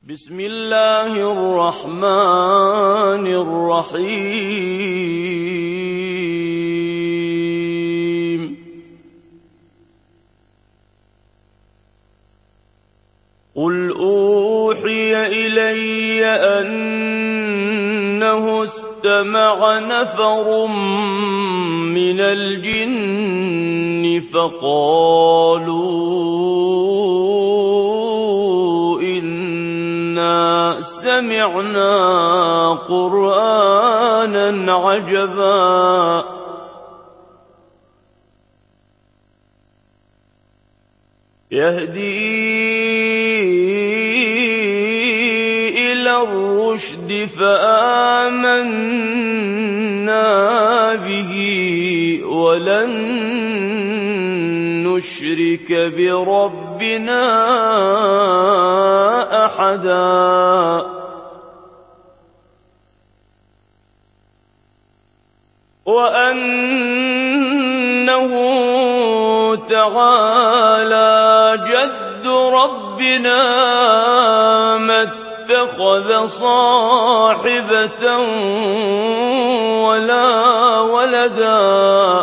بسم الله الرحمن الرحيم قل أوحي إلي أنه استمع نفر من الجن فقالوا إنا سمعنا قرآنا عجبا يهدي إلى الرشد فآمنا به ولن نشرك بربنا أحدا وأنه تعالى جد ربنا ما اتخذ صاحبة ولا ولدا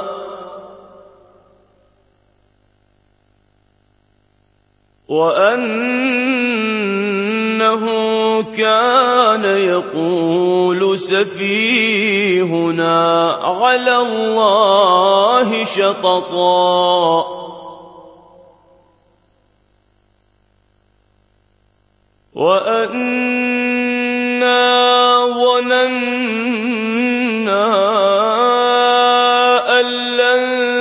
وأنه كان يقول سفيهنا على الله شططا وأنا ظننا أن لن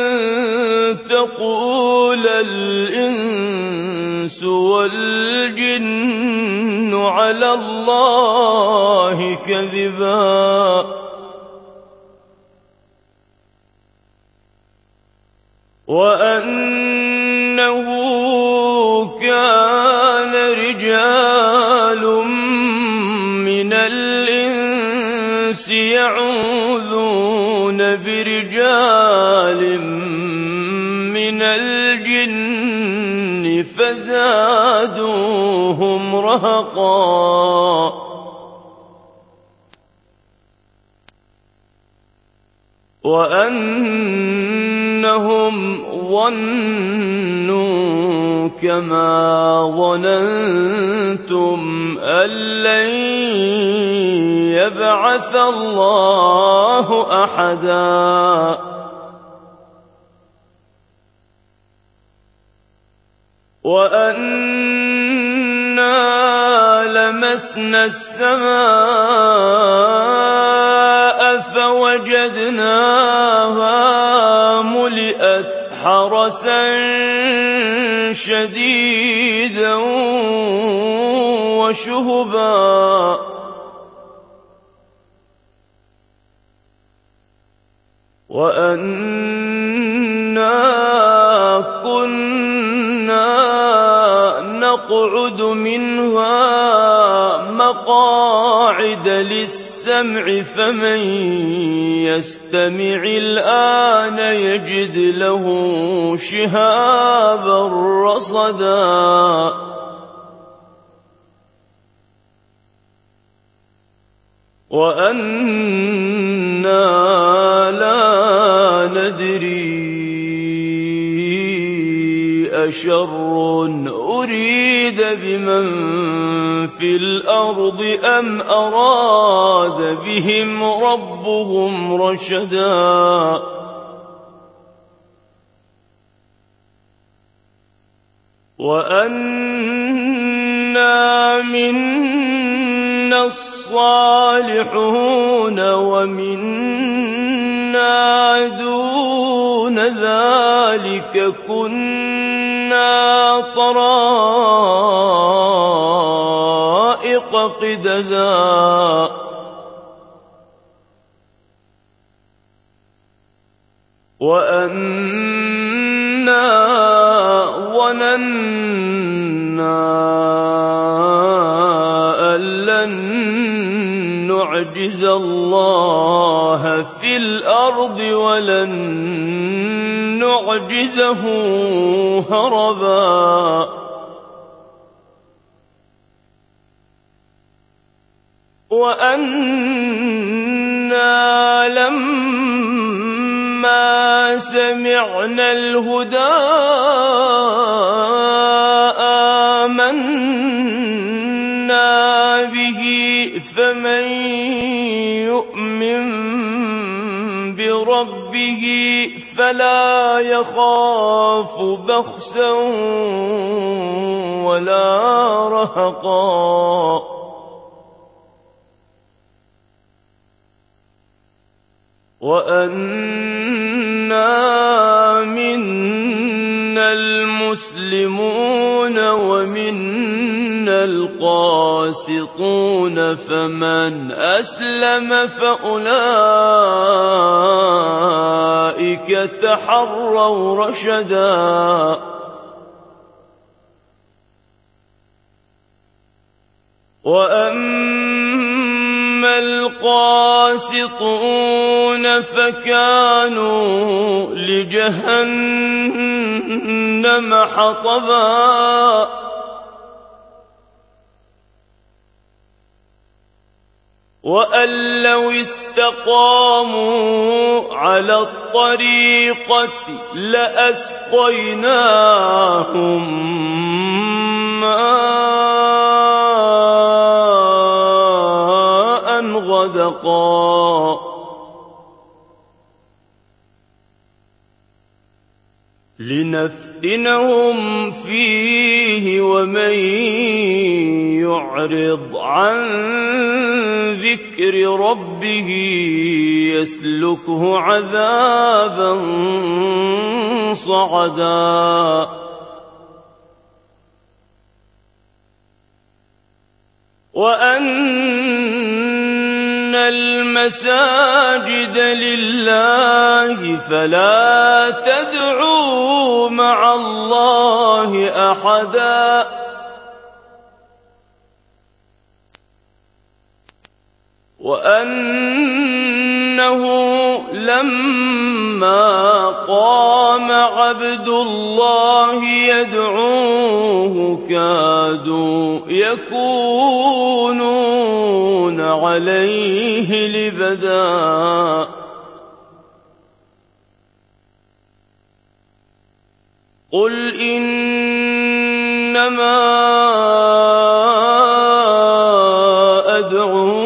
تقول الإنس والجن على الله كذبا وأنه كان رجال من الإنس يعوذون برجال من الجن فزادوهم رهقا وأنهم ظنوا كما ظننتم أن لن يبعث الله أحدا وأنا لمسنا السماء فوجدناها ملئت حرسا شديدا وشهبا وأنا كنا نقعد منها مقاعد للسمع فمن يستمع الآن يجد له شهابا رصدا وأنا لا ندري أشر أريد بمن في الأرض أم أراد بهم ربهم رشدا وأنا منا الصالحون ومنا دون ذلك كنا طرائق قددا وأنا ظننا أن لن نعجز الله في الأرض ولن نعجزه هربا وَأَنَّا لَمَّا سَمِعْنَا الْهُدَىٰ آمَنَّا بِهِ فَمَن يُؤْمِن بِرَبِّهِ فَلَا يَخَافُ بَخْسًا وَلَا رَهَقًا وَأَنَّا مِنَّا الْمُسْلِمُونَ وَمِنَّا الْقَاسِطُونَ فَمَنْ أَسْلَمَ فَأُولَٰئِكَ تَحَرَّوْا رَشَدًا وَأَمَّا الْقَاسِطُونَ فَكَانُوا لِجَهَنَّمَ حَطَبًا وَأَن لَّوْ اسْتَقَامُوا عَلَى الطَّرِيقَةِ لَأَسْقَيْنَاهُم مَّاءً غَدَقًا لِّنَفْتِنَهُمْ فِيهِ وَمَن يُعْرِضْ عَن ذِكْرِ رَبِّهِ يَسْلُكْهُ عَذَابًا صَعَدًا وَأَنَّ الْمَسَاجِدَ لِلَّهِ فَلَا تَدْعُوا مَعَ اللَّهِ أَحَدًا وَأَنَّهُ لَمَّا قَامَ عَبْدُ اللَّهِ يَدْعُوهُ كَادُوا يَكُونُونَ عَلَيْهِ لِبَدًا قُلْ إِنَّمَا أَدْعُو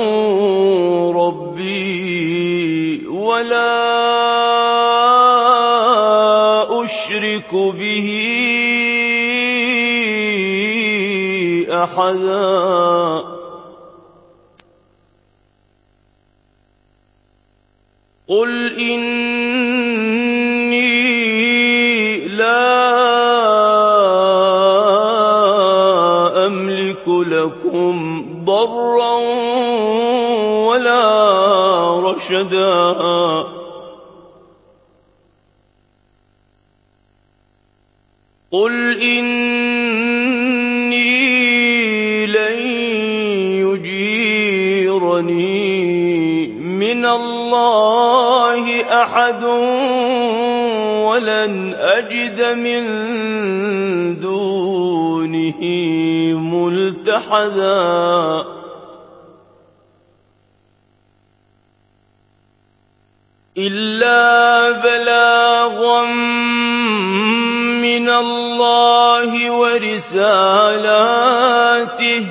رَبِّي وَلَا أُشْرِكُ بِهِ أَحَدًا قُلْ إِنِّي لَا أَمْلِكُ لَكُمْ ضَرًّا وَلَا رَشَدًا قُلْ إِنِّي لَن يُجِيرَنِي مِنَ اللَّهِ أَحَدٌ وَلَنْ أَجِدَ مِن دُونِهِ مُلْتَحَدًا إِلَّا بَلَاغًا مِّنَ اللَّهِ وَرِسَالَاتِهِ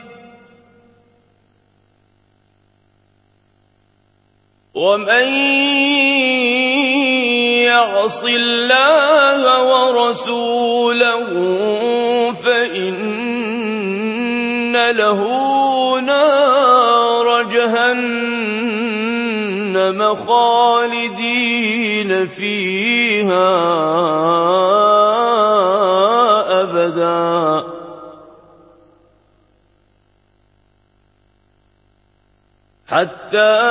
وَمَن يَعْصِ اللَّهَ وَرَسُولَهُ فَإِنَّ لَهُ نَارَ جَهَنَّمَ خَالِدِينَ فِيهَا أَبَدًا حَتَّى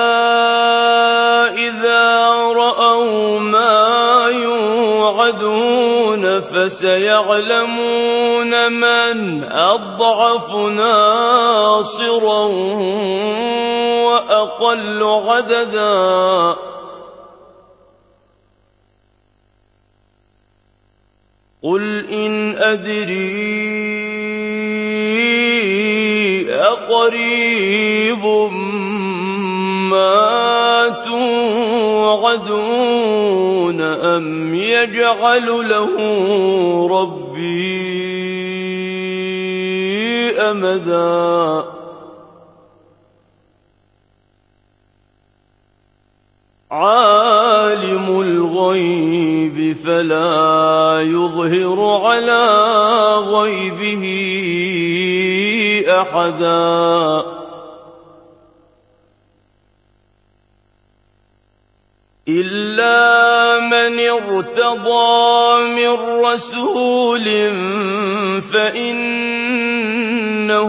إِذَا رَأَوْا مَا يُوعَدُونَ فَسَيَعْلَمُونَ مَنْ أَضْعَفُ نَاصِرًا وَأَقَلُّ عَدَدًا قُلْ إِنْ أَدْرِي أقريب ما توعدون أم يجعل له ربي أمدا عالم الغيب فلا يظهر على غيبه أحدا إلا من ارتضى من رسول فإنه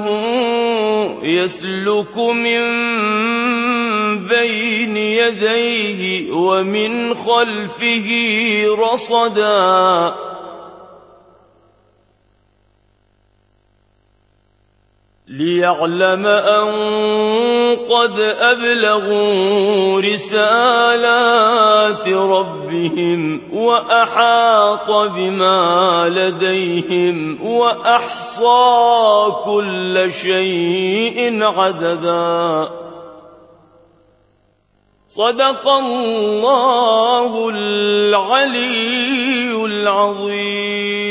يسلك من بين يديه ومن خلفه رصدا ليعلم أن قد أبلغوا رسالات ربهم وأحاط بما لديهم وأحصى كل شيء عددا صدق الله العلي العظيم